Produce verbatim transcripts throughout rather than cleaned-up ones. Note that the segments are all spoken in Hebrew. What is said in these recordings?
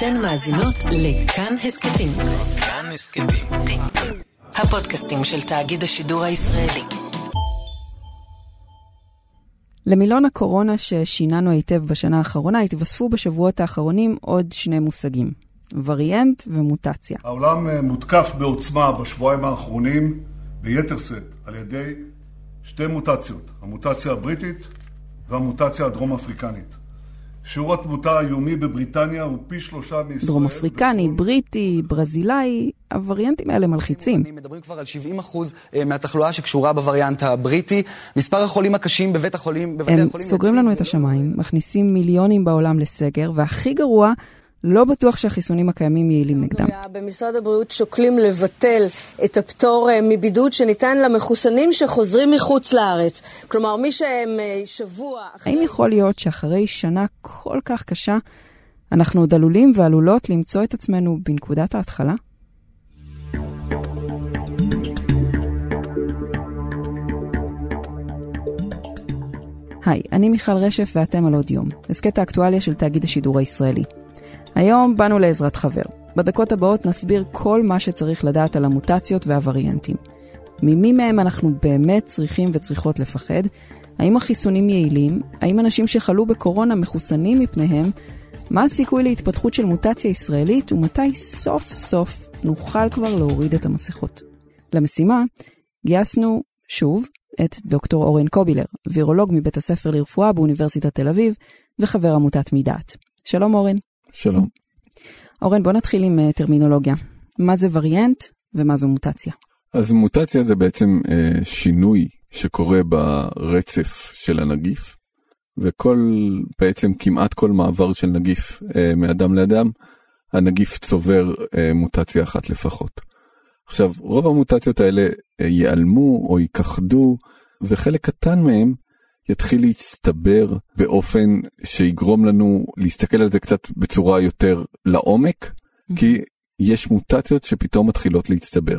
אתן מאזינות לכאן הסקטים. כאן הסקטים. הפודקאסטים של תאגיד השידור הישראלי. למילון הקורונה ששיננו היטב בשנה האחרונה, התווספו בשבועות האחרונים עוד שני מושגים, וריאנט ומוטציה. העולם מותקף בעוצמה בשבועיים האחרונים ביתר שאת על ידי שתי מוטציות, המוטציה הבריטית והמוטציה הדרום אפריקנית. שיעור התמותה היומי בבריטניה הוא פי שלושה מישראל. דרום אפריקני, בריטי, ברזילאי, הווריאנטים האלה מלחיצים. מדברים כבר על שבעים אחוז מהתחלואה שקשורה בווריאנט הבריטי. מספר החולים הקשים בבית החולים, בבתי הם החולים... סוגרים לנו את השמיים, מכניסים מיליונים בעולם לסגר, והכי גרוע, לא בטוח שהחיסונים הקיימים יעילים נגדם. במשרד הבריאות שוקלים לבטל את הפטור מבידוד שניתן למחוסנים שחוזרים מחוץ לארץ. כלומר, מי שהם שבוע... האם יכול להיות שאחרי שנה כל כך קשה, אנחנו עוד עלולים ועלולות למצוא את עצמנו בנקודת ההתחלה? היי, אני מיכל רשף ואתם על עוד יום. הסקט האקטואליה של תאגיד השידור הישראלי. היום באנו לעזרת חבר. בדקות הבאות נסביר כל מה שצריך לדעת על המוטציות והווריאנטים. ממי מהם אנחנו באמת צריכים וצריכות לפחד? האם החיסונים יעילים? האם אנשים שחלו בקורונה מחוסנים מפניהם? מה הסיכוי להתפתחות של מוטציה ישראלית? ומתי סוף סוף נוכל כבר להוריד את המסכות? למשימה גייסנו שוב את דוקטור אורן קובילר, וירולוג מבית הספר לרפואה באוניברסיטת תל אביב וחבר עמותת מדעת. שלום אורן. שלום. אורן, בוא נתחיל עם uh, טרמינולוגיה. מה זה וריאנט ומה זו מוטציה? אז מוטציה זה בעצם uh, שינוי שקורה ברצף של הנגיף, וכל, בעצם כמעט כל מעבר של נגיף uh, מאדם לאדם, הנגיף צובר uh, מוטציה אחת לפחות. עכשיו, רוב המוטציות האלה uh, ייעלמו או ייכחדו, וחלק קטן מהם יתחיל להצטבר באופן שיגרום לנו להסתכל על זה קצת בצורה יותר לעומק, mm-hmm. כי יש מוטציות שפתאום מתחילות להצטבר.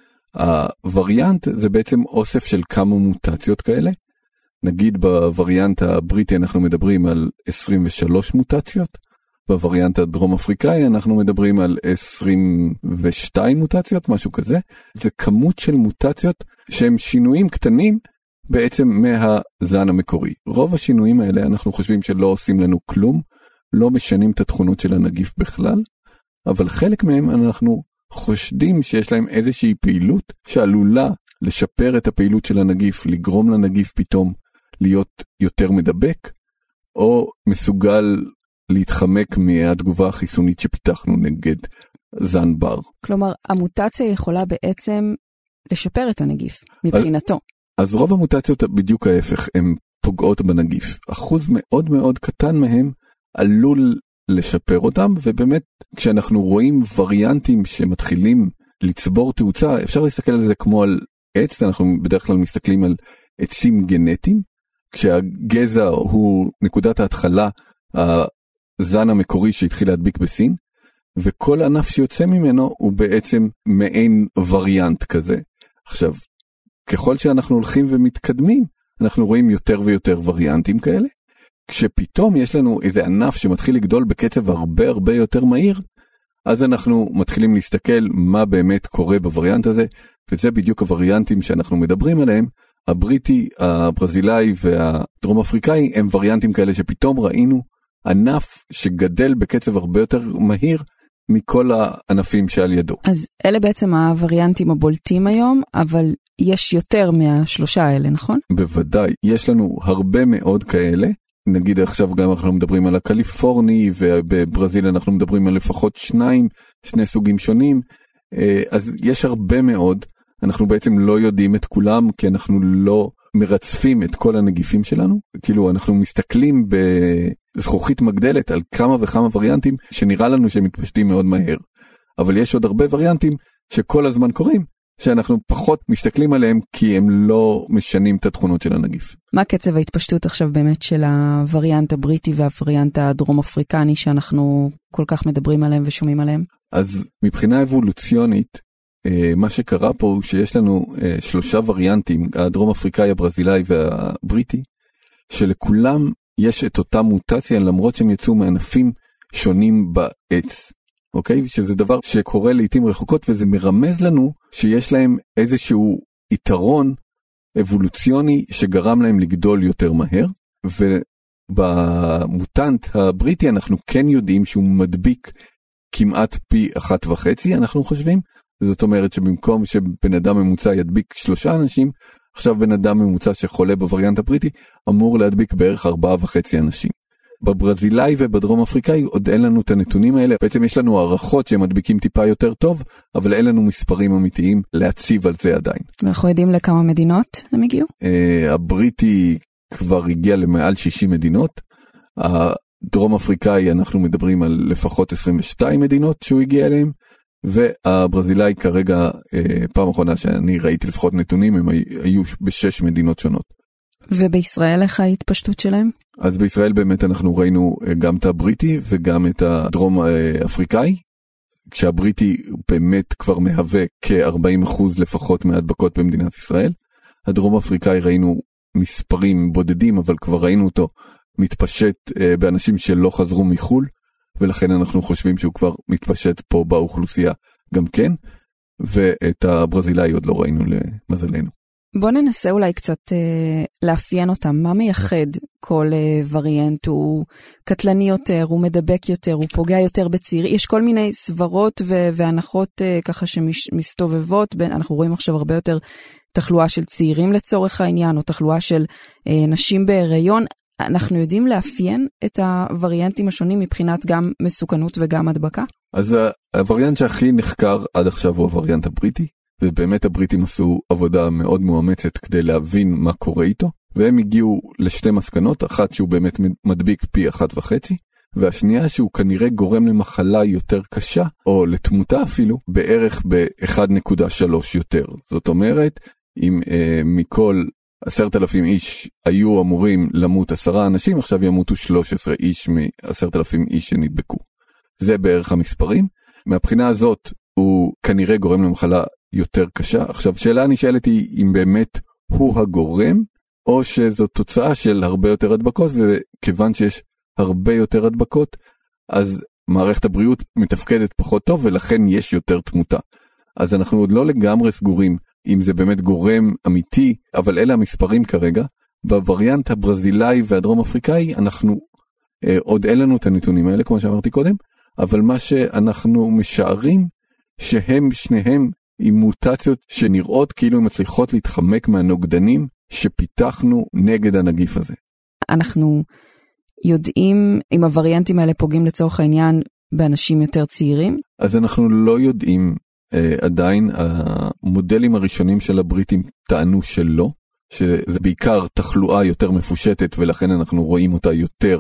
הווריאנט זה בעצם אוסף של כמה מוטציות כאלה. נגיד בווריאנט הבריטי אנחנו מדברים על עשרים ושלוש מוטציות, בווריאנט הדרום אפריקאי אנחנו מדברים על עשרים ושתיים מוטציות, משהו כזה. זה כמות של מוטציות שהם שינויים קטנים, בעצם מהזן המקורי. רוב השינויים האלה אנחנו חושבים שלא עושים לנו כלום, לא משנים את התכונות של הנגיף בכלל, אבל חלק מהם אנחנו חושדים שיש להם איזושהי פעילות שעלולה לשפר את הפעילות של הנגיף, לגרום לנגיף פתאום להיות יותר מדבק, או מסוגל להתחמק מהתגובה החיסונית שפיתחנו נגד זן בר. כלומר, המוטציה יכולה בעצם לשפר את הנגיף מבחינתו. אז רוב המוטציות בדיוק ההפך, הן פוגעות בנגיף. אחוז מאוד מאוד קטן מהם עלול לשפר אותם, ובאמת כשאנחנו רואים וריאנטים שמתחילים לצבור תאוצה, אפשר להסתכל על זה כמו על עץ, אנחנו בדרך כלל מסתכלים על עצים גנטיים, כשהגזע הוא נקודת ההתחלה, הזן המקורי שהתחיל להדביק בסין, וכל ענף שיוצא ממנו הוא בעצם מעין וריאנט כזה. עכשיו, ככל שאנחנו הולכים ומתקדמים, אנחנו רואים יותר ויותר וריאנטים כאלה. כשפתאום יש לנו איזה ענף שמתחיל לגדול בקצב הרבה הרבה יותר מהיר, אז אנחנו מתחילים להסתכל מה באמת קורה בווריאנט הזה, וזה בדיוק הווריאנטים שאנחנו מדברים עליהם. הבריטי, הברזילאי והדרום אפריקאי הם וריאנטים כאלה שפתאום ראינו ענף שגדל בקצב הרבה יותר מהיר מכל הענפים שעל ידו. אז אלה בעצם הווריאנטים הבולטים היום, אבל יש יותר מהשלושה האלה, נכון? בוודאי, יש לנו הרבה מאוד כאלה. נגיד עכשיו גם אנחנו מדברים על הקליפורני, ובברזיל אנחנו מדברים על לפחות שניים, שני סוגים שונים. אז יש הרבה מאוד, אנחנו בעצם לא יודעים את כולם, כי אנחנו לא מרצפים את כל הנגיפים שלנו. כאילו אנחנו מסתכלים בזכוכית מגדלת על כמה וכמה וריאנטים, שנראה לנו שהם מתפשטים מאוד מהר. אבל יש עוד הרבה וריאנטים שכל הזמן קורים, שאנחנו פחות מסתכלים עליהם כי הם לא משנים את התכונות של הנגיף. מה קצב ההתפשטות עכשיו באמת של הווריאנט הבריטי והווריאנט הדרום אפריקני שאנחנו כל כך מדברים עליהם ושומעים עליהם? אז מבחינה אבולוציונית, מה שקרה פה הוא שיש לנו שלושה וריאנטים, הדרום אפריקאי, הברזילאי והבריטי, שלכולם יש את אותה מוטציה, למרות שהם יצאו מענפים שונים בעץ, אוקיי? שזה דבר שקורה לעתים רחוקות, וזה מרמז לנו שיש להם איזשהו יתרון אבולוציוני שגרם להם לגדול יותר מהר, ובמוטנט הבריטי אנחנו כן יודעים שהוא מדביק כמעט פי אחת וחצי, אנחנו חושבים. זאת אומרת שבמקום שבן אדם ממוצע ידביק שלושה אנשים, עכשיו בן אדם ממוצע שחולה בווריאנט הבריטי אמור להדביק בערך ארבעה וחצי אנשים. בברזילאי ובדרום אפריקאי עוד אין לנו את הנתונים האלה, בעצם יש לנו הערכות שהם מדביקים טיפה יותר טוב, אבל אין לנו מספרים אמיתיים להציב על זה עדיין. ואנחנו יודעים לכמה מדינות הם הגיעו? הבריטי כבר הגיע למעל שישים מדינות, הדרום אפריקאי אנחנו מדברים על לפחות עשרים ושתיים מדינות שהוא הגיע אליהם, והברזילאי כרגע, פעם אחרונה שאני ראיתי לפחות נתונים, הם היו בשש מדינות שונות. ובישראל איך ההתפשטות שלהם? אז בישראל באמת אנחנו ראינו גם את הבריטי וגם את הדרום אפריקאי, כשהבריטי באמת כבר מהווה כ-ארבעים אחוז לפחות מהדבקות במדינת ישראל. הדרום אפריקאי ראינו מספרים בודדים, אבל כבר ראינו אותו מתפשט באנשים שלא חזרו מחול, ולכן אנחנו חושבים שהוא כבר מתפשט פה באוכלוסייה גם כן, ואת הברזילאי עוד לא ראינו למזלנו. בוא ננסה אולי קצת אה, לאפיין אותם, מה מייחד כל אה, וריאנט? הוא קטלני יותר, הוא מדבק יותר, הוא פוגע יותר בצעיר, יש כל מיני סברות ו- והנחות אה, ככה שמסתובבות, בין, אנחנו רואים עכשיו הרבה יותר תחלואה של צעירים לצורך העניין, או תחלואה של אה, נשים בהיריון, אנחנו יודעים לאפיין את הווריאנטים השונים מבחינת גם מסוכנות וגם הדבקה? אז הווריאנט שהכי נחקר עד עכשיו הוא הווריאנט הבריטי, ובאמת הבריטים עשו עבודה מאוד מאומצת כדי להבין מה קורה איתו, והם הגיעו לשתי מסקנות, אחת שהוא באמת מדביק פי אחת וחצי, והשנייה שהוא כנראה גורם למחלה יותר קשה, או לתמותה אפילו, בערך ב-אחת נקודה שלוש יותר. זאת אומרת, אם אה, מכל עשרת אלפים איש היו אמורים למות עשרה אנשים, עכשיו ימותו שלוש עשרה איש מעשרת אלפים איש שנדבקו. זה בערך המספרים. מהבחינה הזאת הוא כנראה גורם למחלה יותר קשה. עכשיו, שאלה נשאלת היא אם באמת הוא הגורם, או שזו תוצאה של הרבה יותר הדבקות, וכיוון שיש הרבה יותר הדבקות, אז מערכת הבריאות מתפקדת פחות טוב, ולכן יש יותר תמותה. אז אנחנו עוד לא לגמרי סגורים אם זה באמת גורם אמיתי, אבל אלה המספרים כרגע. בווריאנט הברזילאי והדרום אפריקאי, אנחנו אה, עוד אין לנו את הנתונים האלה, כמו שאמרתי קודם, אבל מה שאנחנו משערים, שהם שניהם עם מוטציות שנראות כאילו הם מצליחות להתחמק מהנוגדנים שפיתחנו נגד הנגיף הזה. אנחנו יודעים אם הווריאנטים האלה פוגעים לצורך העניין באנשים יותר צעירים? אז אנחנו לא יודעים אה, עדיין. המודלים הראשונים של הבריטים טענו שלא, שזה בעיקר תחלואה יותר מפושטת, ולכן אנחנו רואים אותה יותר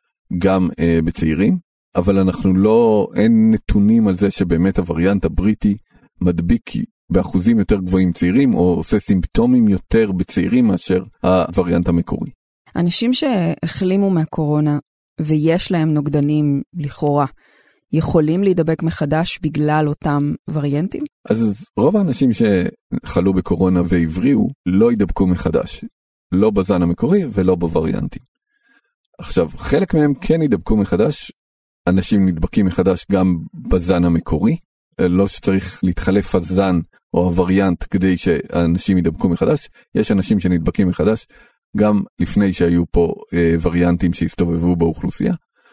גם אה, בצעירים, אבל אנחנו לא, אין נתונים על זה שבאמת הווריאנט הבריטי מדביק באחוזים יותר גבוהים צעירים, או עושה סימפטומים יותר בצעירים מאשר הווריאנט המקורי. אנשים שהחלימו מהקורונה ויש להם נוגדנים לכאורה, יכולים להידבק מחדש בגלל אותם וריאנטים? אז רוב האנשים שחלו בקורונה והבריאו לא יידבקו מחדש, לא בזן המקורי ולא בווריאנטים. עכשיו, חלק מהם כן יידבקו מחדש, אנשים נדבקים מחדש גם בזן המקורי, לא שצריך להתחלף הזן או הווריאנט כדי שאנשים ידבקו מחדש, יש אנשים שנדבקים מחדש גם לפני שהיו פה אה, וריאנטים שהסתובבו באוכלוסייה,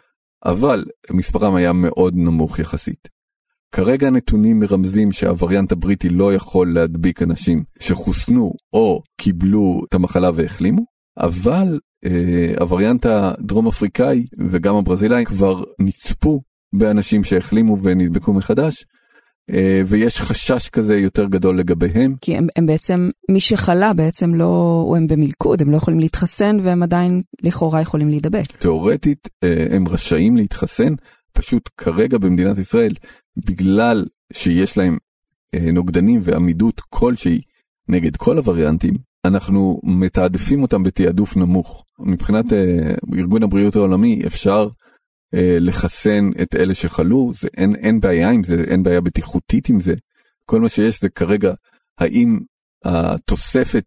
אבל מספרם היה מאוד נמוך יחסית. כרגע הנתונים מרמזים שהווריאנט הבריטי לא יכול להדביק אנשים שחוסנו או קיבלו את המחלה והחלימו, אבל אה, הווריאנט הדרום אפריקאי וגם הברזילאי כבר נצפו באנשים שהחלימו ונדבקו מחדש, ויש חשש כזה יותר גדול לגביהם. כי הם, הם בעצם, מי שחלה בעצם לא, הם במלכוד, הם לא יכולים להתחסן, והם עדיין לכאורה יכולים להידבק. תיאורטית, הם רשאים להתחסן, פשוט כרגע במדינת ישראל, בגלל שיש להם נוגדנים ועמידות כלשהי נגד כל הווריאנטים, אנחנו מתעדפים אותם בתעדוף נמוך. מבחינת ארגון הבריאות העולמי, אפשר לחסן את אלה שחלו, זה אין, אין בעיה עם זה, אין בעיה בטיחותית עם זה. כל מה שיש זה כרגע, האם התוספת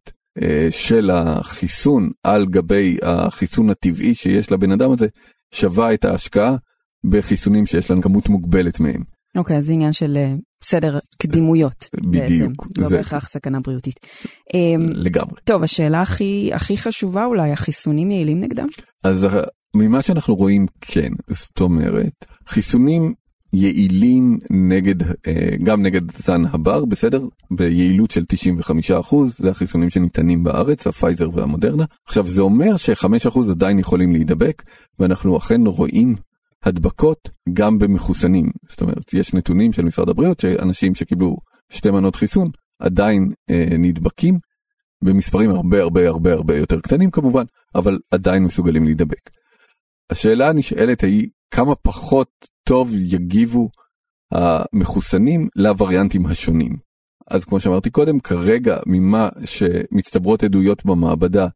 של החיסון על גבי החיסון הטבעי שיש לבן אדם הזה, שווה את ההשקעה, בחיסונים שיש לנו כמות מוגבלת מהם. אוקיי, אז זה עניין של סדר קדימויות. בדיוק. בעצם, לא בהכרח סכנה בריאותית. לגמרי. טוב, השאלה הכי, הכי חשובה אולי, החיסונים יעילים נגדם? אז ממה שאנחנו רואים, כן. זאת אומרת, חיסונים יעילים נגד, גם נגד זן הבר, בסדר? ביעילות של תשעים וחמישה אחוז, זה החיסונים שניתנים בארץ, הפייזר והמודרנה. עכשיו, זה אומר ש-חמישה אחוז עדיין יכולים להידבק, ואנחנו אכן רואים הדבקות גם במחוסנים. זאת אומרת, יש נתונים של משרד הבריאות שאנשים שקיבלו שתי מנות חיסון עדיין אה, נדבקים, במספרים הרבה הרבה הרבה הרבה יותר קטנים כמובן, אבל עדיין מסוגלים להידבק. השאלה הנשאלת היא, כמה פחות טוב יגיבו המחוסנים לווריאנטים השונים. אז כמו שאמרתי קודם, כרגע ממה שמצטברות עדויות במעבדה,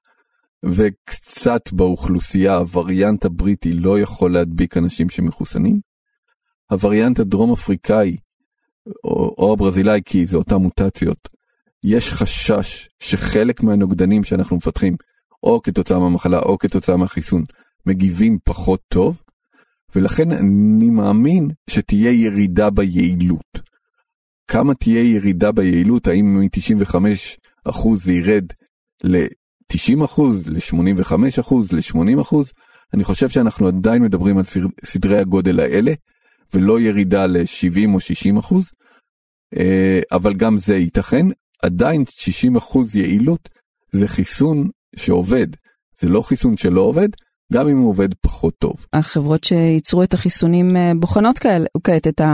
וקצת באוכלוסייה, הווריאנט הבריטי לא יכול להדביק אנשים שמחוסנים. הווריאנט הדרום אפריקאי, או, או הברזילאי, כי זה אותה מוטציות, יש חשש שחלק מהנוגדנים שאנחנו מפתחים, או כתוצאה מהמחלה, או כתוצאה מהחיסון, מגיבים פחות טוב, ולכן אני מאמין שתהיה ירידה ביעילות. כמה תהיה ירידה ביעילות? האם מ-תשעים וחמישה אחוז זה ירד ל-תשעים אחוז, ל-שמונים וחמישה אחוז, ל-שמונים אחוז? אני חושב שאנחנו עדיין מדברים על סדרי הגודל האלה, ולא ירידה ל-שבעים או שישים אחוז, אבל גם זה ייתכן. עדיין שישים אחוז יעילות זה חיסון שעובד, זה לא חיסון שלא עובד, גם אם הוא עובד פחות טוב. החברות שייצרו את החיסונים בוחנות כאלה, כעת את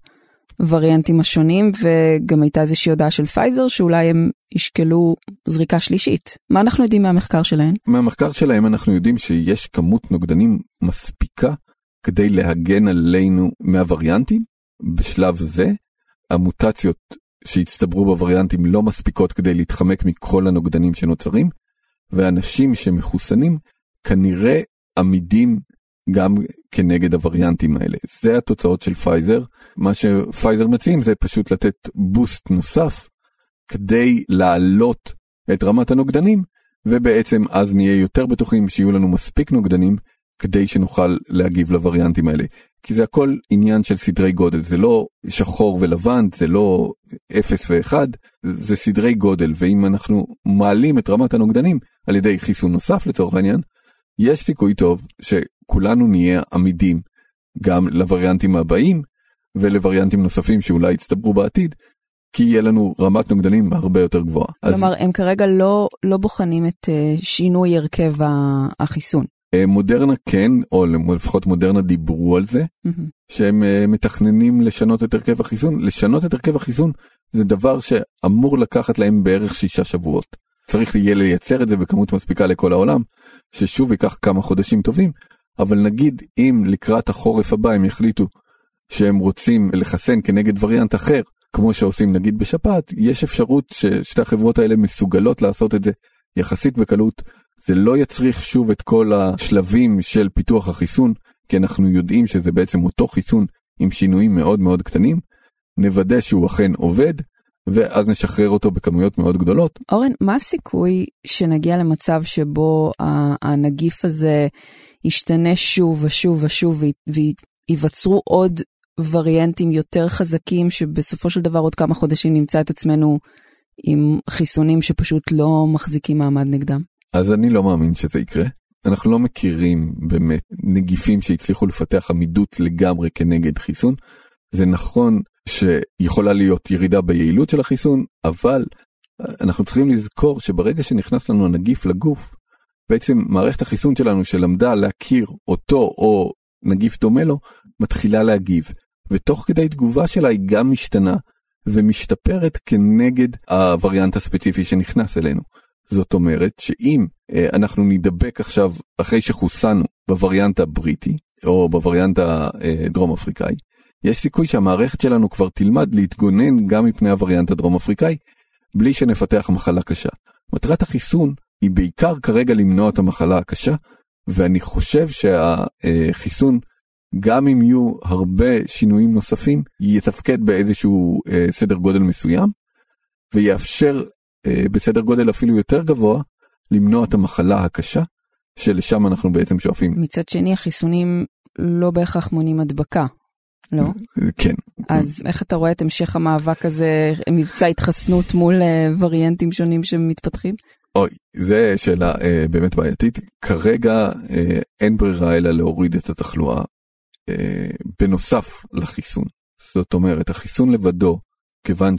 הווריאנטים השונים, וגם הייתה איזושהי הודעה של פייזר, שאולי הם ישקלו זריקה שלישית. מה אנחנו יודעים מהמחקר שלהם? מהמחקר שלהם אנחנו יודעים שיש כמות נוגדנים מספיקה, כדי להגן עלינו מהווריאנטים. בשלב זה, המוטציות שהצטברו בווריאנטים לא מספיקות כדי להתחמק מכל הנוגדנים שנוצרים, ואנשים שמחוסנים כנראה עמידים גם כנגד הווריאנטים האלה. זה התוצאות של פייזר. מה שפייזר מציעים זה פשוט לתת בוסט נוסף, כדי להעלות את רמת הנוגדנים, ובעצם אז נהיה יותר בטוחים שיהיו לנו מספיק נוגדנים, כדי שנוכל להגיב לווריאנטים האלה. כי זה הכל עניין של סדרי גודל, זה לא שחור ולבן, זה לא אפס ואחד, זה סדרי גודל, ואם אנחנו מעלים את רמת הנוגדנים על ידי חיסון נוסף לצורך העניין, יש סיכוי טוב שכולנו נהיה עמידים גם לווריאנטים הבאים, ולווריאנטים נוספים שאולי יצטברו בעתיד, כי יהיה לנו רמת נוגדנים הרבה יותר גבוהה. כלומר, אז... הם כרגע לא, לא בוחנים את שינוי הרכב החיסון. מודרנה כן, או לפחות מודרנה דיברו על זה, mm-hmm. שהם מתכננים לשנות את הרכב החיסון. לשנות את הרכב החיסון זה דבר שאמור לקחת להם בערך שישה שבועות. צריך יהיה לייצר את זה בכמות מספיקה לכל העולם, ששוב ייקח כמה חודשים טובים, אבל נגיד אם לקראת החורף הבא הם יחליטו שהם רוצים לחסן כנגד וריאנט אחר, כמו שעושים נגיד בשפעת, יש אפשרות ששתי החברות האלה מסוגלות לעשות את זה יחסית בקלות. זה לא יצריך שוב את כל השלבים של פיתוח החיסון, כי אנחנו יודעים שזה בעצם אותו חיסון עם שינויים מאוד מאוד קטנים, נוודא שהוא אכן עובד, ואז נשחרר אותו בכמויות מאוד גדולות. אורן, מה הסיכוי שנגיע למצב שבו הנגיף הזה ישתנה שוב ושוב ושוב, ויווצרו עוד וריאנטים יותר חזקים, שבסופו של דבר עוד כמה חודשים נמצא את עצמנו עם חיסונים שפשוט לא מחזיקים מעמד נגדם? אז אני לא מאמין שזה יקרה. אנחנו לא מכירים באמת נגיפים שהצליחו לפתח עמידות לגמרי כנגד חיסון. זה נכון שיכולה להיות ירידה ביעילות של החיסון, אבל אנחנו צריכים לזכור שברגע שנכנס לנו הנגיף לגוף, בעצם מערכת החיסון שלנו שלמדה להכיר אותו או נגיף דומה לו, מתחילה להגיב. ותוך כדי תגובה שלה היא גם משתנה ומשתפרת כנגד הווריאנט הספציפי שנכנס אלינו. זאת אומרת שאם אה, אנחנו נדבק עכשיו אחרי שחוסנו בווריאנט הבריטי או בווריאנט הדרום אפריקאי, יש סיכוי שהמערכת שלנו כבר תלמד להתגונן גם מפני הווריאנט הדרום אפריקאי בלי שנפתח מחלה קשה. מטרת החיסון היא בעיקר כרגע למנוע את המחלה הקשה, ואני חושב שהחיסון גם אם יהיו הרבה שינויים נוספים יתפקד באיזשהו אה, סדר גודל מסוים ויאפשר בסדר גודל אפילו יותר גבוה, למנוע את המחלה הקשה, שלשם אנחנו בעצם שואפים. מצד שני, החיסונים לא בהכרח מונים הדבקה, לא? כן. אז איך אתה רואה את המשך המאבק הזה, מבצע התחסנות מול וריאנטים שונים שמתפתחים? אוי, זו שאלה אה, באמת בעייתית. כרגע אה, אין ברירה אלא להוריד את התחלואה אה, בנוסף לחיסון. זאת אומרת, החיסון לבדו, כיוון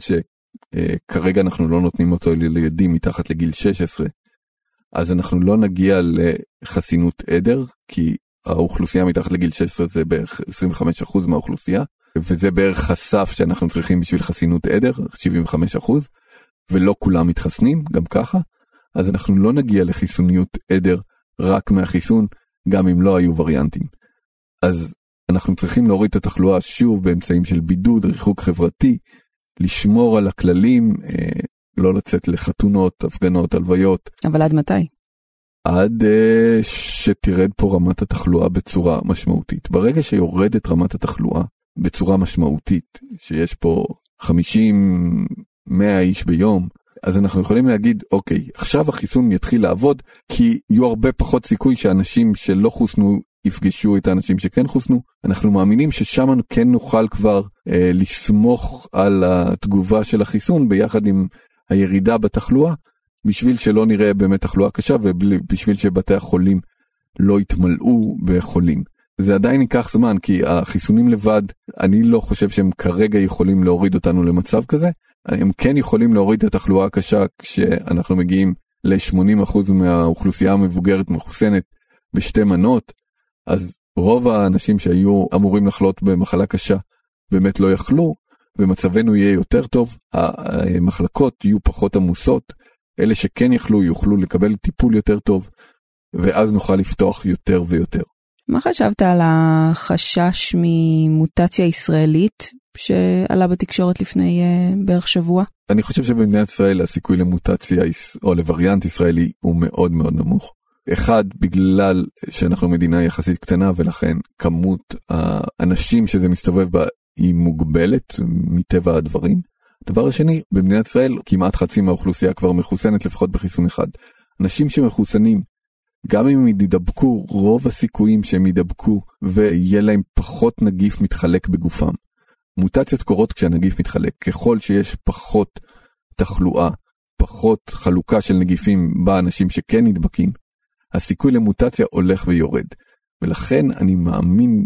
שכרגע אנחנו לא נותנים אותו לילדים מתחת לגיל שש עשרה, אז אנחנו לא נגיע לחסינות עדר, כי האוכלוסייה מתחת לגיל שש עשרה זה בערך עשרים וחמישה אחוז מהאוכלוסייה, וזה בערך הסף שאנחנו צריכים בשביל חסינות עדר, שבעים וחמישה אחוז, ולא כולם מתחסנים, גם ככה. אז אנחנו לא נגיע לחיסוניות עדר רק מהחיסון, גם אם לא היו וריאנטים. אז אנחנו צריכים להוריד את התחלואה שוב באמצעים של בידוד, ריחוק חברתי, לשמור על הכללים, אה, לא לצאת לחתונות, הפגנות, הלוויות. אבל עד מתי? עד אה, שתרד פה רמת התחלואה בצורה משמעותית. ברגע שיורדת רמת התחלואה בצורה משמעותית, שיש פה חמישים מאה איש ביום, אז אנחנו יכולים להגיד, אוקיי, עכשיו החיסון יתחיל לעבוד, כי יהיו הרבה פחות סיכוי שאנשים שלא חוסנו יפגשו את האנשים שכן חוסנו. אנחנו מאמינים ששם כן נוכל כבר אה, לסמוך על התגובה של החיסון ביחד עם הירידה בתחלואה, בשביל שלא נראה באמת תחלואה קשה, ובשביל שבתי החולים לא יתמלאו בחולים. זה עדיין ייקח זמן, כי החיסונים לבד, אני לא חושב שהם כרגע יכולים להוריד אותנו למצב כזה. הם כן יכולים להוריד את התחלואה הקשה כשאנחנו מגיעים ל-שמונים אחוז מהאוכלוסייה המבוגרת מחוסנת בשתי מנות, אז רוב האנשים שהיו אמורים לחלות במחלה קשה באמת לא יכלו, ומצבנו יהיה יותר טוב, המחלקות יהיו פחות עמוסות, אלה שכן יכלו יוכלו לקבל טיפול יותר טוב, ואז נוכל לפתוח יותר ויותר. מה חשבת על החשש ממוטציה ישראלית שעלה בתקשורת לפני uh, בערך שבוע? אני חושב שבמדינת ישראל הסיכוי למוטציה או לווריאנט ישראלי הוא מאוד מאוד נמוך. אחד, בגלל שאנחנו מדינה יחסית קטנה, ולכן כמות האנשים שזה מסתובב בה היא מוגבלת מטבע הדברים. הדבר השני, במדינת ישראל כמעט חצי מהאוכלוסייה כבר מחוסנת לפחות בחיסון אחד. אנשים שמחוסנים, גם אם הם ידבקו, רוב הסיכויים שהם ידבקו ויהיה להם פחות נגיף מתחלק בגופם. מוטציות קורות כשהנגיף מתחלק. ככל שיש פחות תחלואה, פחות חלוקה של נגיפים באנשים שכן נדבקים, הסיכוי למוטציה הולך ויורד. ולכן אני מאמין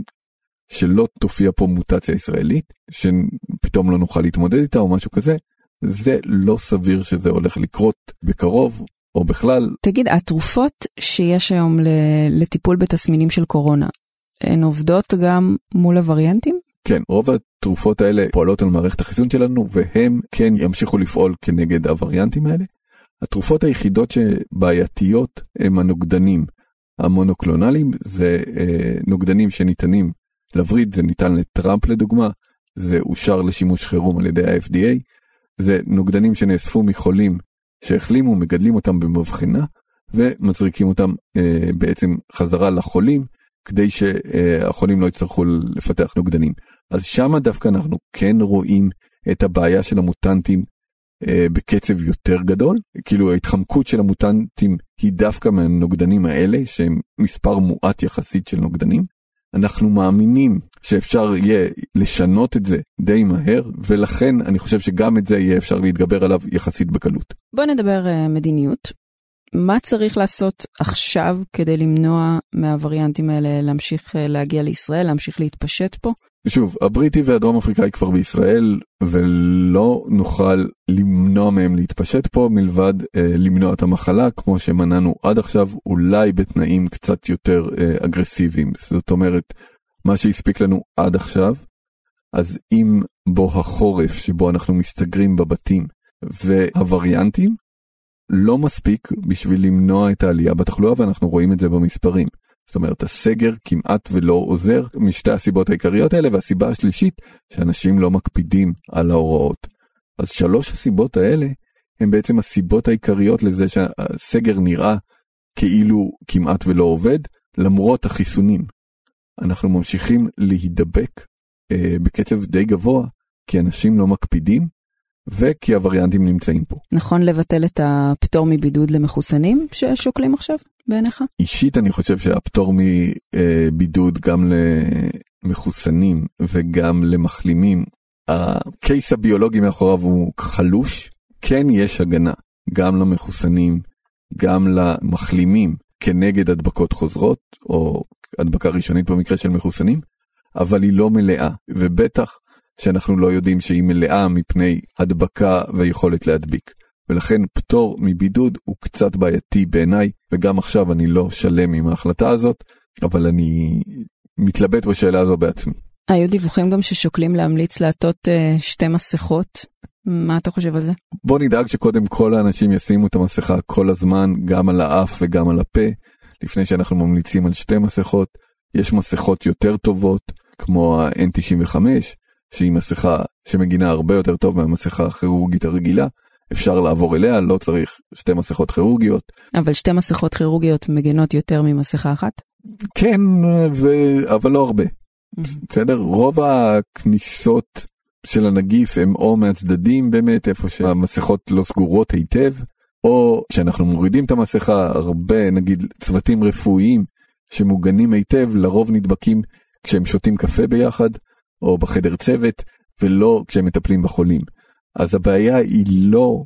שלא תופיע פה מוטציה ישראלית, שפתאום לא נוכל להתמודד איתה או משהו כזה. זה לא סביר שזה הולך לקרות בקרוב או בכלל. תגיד, התרופות שיש היום לטיפול בתסמינים של קורונה, הן עובדות גם מול הווריאנטים? כן, רוב התרופות האלה פועלות על מערכת החיסון שלנו, והם כן ימשיכו לפעול כנגד הווריאנטים האלה. התרופות היחידות שבעייתיות הם הנוגדנים המונוקלונליים, זה אה, נוגדנים שניתנים לווריד, זה ניתן לטראמפ לדוגמה, זה אושר לשימוש חירום על ידי ה-אף די איי, זה נוגדנים שנאספו מחולים שהחלימו, מגדלים אותם במבחנה, ומזריקים אותם אה, בעצם חזרה לחולים, כדי שהחולים לא יצטרכו לפתח נוגדנים. אז שם דווקא אנחנו כן רואים את הבעיה של המוטנטים אה, בקצב יותר גדול, כאילו ההתחמקות של המוטנטים היא דווקא מהנוגדנים האלה, שהם מספר מועט יחסית של נוגדנים. אנחנו מאמינים שאפשר יהיה לשנות את זה די מהר, ולכן אני חושב שגם את זה יהיה אפשר להתגבר עליו יחסית בקלות. בוא נדבר uh, מדיניות. מה צריך לעשות עכשיו כדי למנוע מהווריאנטים האלה להמשיך uh, להגיע לישראל, להמשיך להתפשט פה? שוב, הבריטי והדרום אפריקאי כבר בישראל, ולא נוכל למנוע מהם להתפשט פה, מלבד אה, למנוע את המחלה, כמו שמנענו עד עכשיו, אולי בתנאים קצת יותר אה, אגרסיביים. זאת אומרת, מה שהספיק לנו עד עכשיו, אז אם בו החורף שבו אנחנו מסתגרים בבתים, והווריאנטים, לא מספיק בשביל למנוע את העלייה בתחלואה, ואנחנו רואים את זה במספרים. זאת אומרת, הסגר כמעט ולא עוזר משתי הסיבות העיקריות האלה, והסיבה השלישית, שאנשים לא מקפידים על ההוראות. אז שלוש הסיבות האלה, הן בעצם הסיבות העיקריות לזה שהסגר נראה כאילו כמעט ולא עובד, למרות החיסונים. אנחנו ממשיכים להידבק אה, בקצב די גבוה, כי אנשים לא מקפידים, וכי הווריאנטים נמצאים פה. נכון לבטל את הפטור מבידוד למחוסנים ששוקלים עכשיו בעיניך? אישית אני חושב שהפטור מבידוד גם למחוסנים וגם למחלימים, הקייס הביולוגי מאחוריו הוא חלוש. כן יש הגנה גם למחוסנים, גם למחלימים כנגד הדבקות חוזרות, או הדבקה ראשונית במקרה של מחוסנים, אבל היא לא מלאה, ובטח שאנחנו לא יודעים שהיא מלאה מפני הדבקה ויכולת להדביק. ולכן פטור מבידוד הוא קצת בעייתי בעיניי, וגם עכשיו אני לא שלם עם ההחלטה הזאת, אבל אני מתלבט בשאלה הזו בעצמי. היו דיווחים גם ששוקלים להמליץ לעטות uh, שתי מסכות. מה אתה חושב על זה? בוא נדאג שקודם כל האנשים ישימו את המסכה כל הזמן, גם על האף וגם על הפה, לפני שאנחנו ממליצים על שתי מסכות. יש מסכות יותר טובות, כמו ה-אן תשעים וחמש, שהיא מסכה שמגינה הרבה יותר טוב מהמסכה הכירורגית הרגילה. אפשר לעבור אליה, לא צריך שתי מסכות כירורגיות. אבל שתי מסכות כירורגיות מגינות יותר ממסכה אחת? כן, ו... אבל לא הרבה. בסדר? רוב הכניסות של הנגיף הם או מהצדדים באמת, איפה שהמסכות לא סגורות היטב, או שאנחנו מורידים את המסכה, הרבה נגיד צוותים רפואיים שמוגנים היטב, לרוב נדבקים כשהם שותים קפה ביחד, או בחדר צוות, ולא כשהם מטפלים בחולים. אז הבעיה היא לא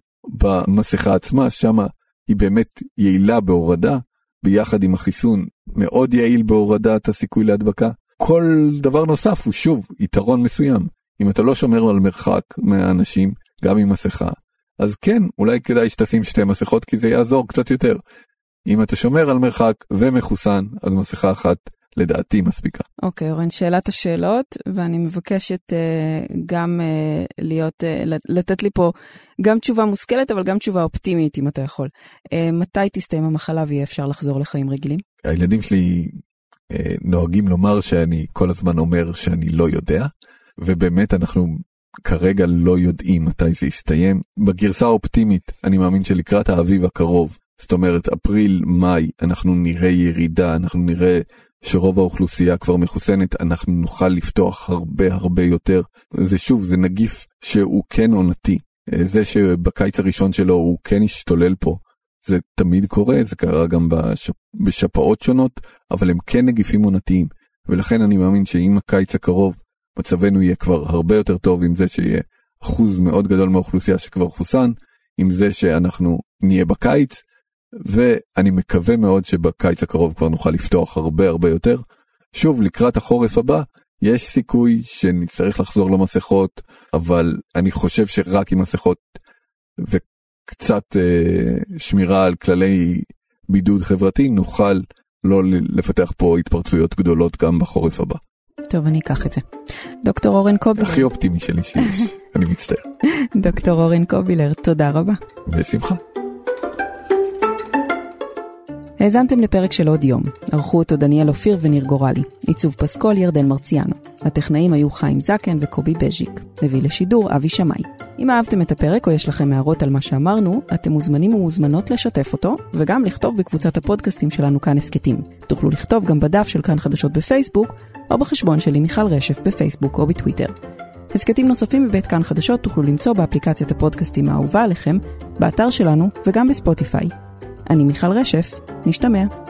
במסכה עצמה, שמה היא באמת יעילה בהורדה, ביחד עם החיסון מאוד יעיל בהורדת הסיכוי להדבקה. כל דבר נוסף הוא שוב יתרון מסוים. אם אתה לא שומר על מרחק מהאנשים, גם עם מסכה, אז כן, אולי כדאי שתשים שתי מסכות, כי זה יעזור קצת יותר. אם אתה שומר על מרחק ומחוסן, אז מסכה אחת לדעתי מספיקה. אוקיי, אורן, שאלת השאלות, ואני מבקשת uh, גם uh, להיות, uh, לתת לי פה גם תשובה מושכלת, אבל גם תשובה אופטימית, אם אתה יכול. Uh, מתי תסתיים המחלה ויהיה אפשר לחזור לחיים רגילים? הילדים שלי uh, נוהגים לומר שאני כל הזמן אומר שאני לא יודע, ובאמת אנחנו כרגע לא יודעים מתי זה יסתיים. בגרסה האופטימית, אני מאמין שלקראת האביב הקרוב, זאת אומרת, אפריל, מאי, אנחנו נראה ירידה, אנחנו נראה שרוב האוכלוסייה כבר מחוסנת, אנחנו נוכל לפתוח הרבה הרבה יותר. זה שוב, זה נגיף שהוא כן עונתי. זה שבקיץ הראשון שלו הוא כן השתולל פה, זה תמיד קורה, זה קרה גם בשפ... בשפעות שונות, אבל הם כן נגיפים עונתיים. ולכן אני מאמין שאם הקיץ הקרוב, מצבנו יהיה כבר הרבה יותר טוב, עם זה שיהיה אחוז מאוד גדול מהאוכלוסייה שכבר חוסן, עם זה שאנחנו נהיה בקיץ, ואני מקווה מאוד שבקיץ הקרוב כבר נוכל לפתוח הרבה הרבה יותר. שוב, לקראת החורף הבא, יש סיכוי שנצטרך לחזור למסכות, אבל אני חושב שרק עם מסכות וקצת אה, שמירה על כללי בידוד חברתי, נוכל לא לפתח פה התפרצויות גדולות גם בחורף הבא. טוב, אני אקח את זה. דוקטור אורן קובילר. הכי אופטימי שלי שיש, אני מצטער. דוקטור אורן קובילר, תודה רבה. בשמחה. האזנתם לפרק של עוד יום. ערכו אותו דניאל אופיר וניר גורלי. עיצוב פסקול ירדן מרציאנו. הטכנאים היו חיים זקן וקובי בז'יק. הביא לשידור אבי שמאי. אם אהבתם את הפרק או יש לכם הערות על מה שאמרנו, אתם מוזמנים ומוזמנות לשתף אותו, וגם לכתוב בקבוצת הפודקאסטים שלנו כאן הסקטים. תוכלו לכתוב גם בדף של כאן חדשות בפייסבוק, או בחשבון שלי מיכל רשף בפייסבוק או בטוויטר. הסקטים נוספים בבית כאן חדשות תוכלו למצוא באפליקציית הפודקאסטים האהובה עליכם, באתר שלנו וגם בספוטיפיי. אני מיכל רשף, נשתמע.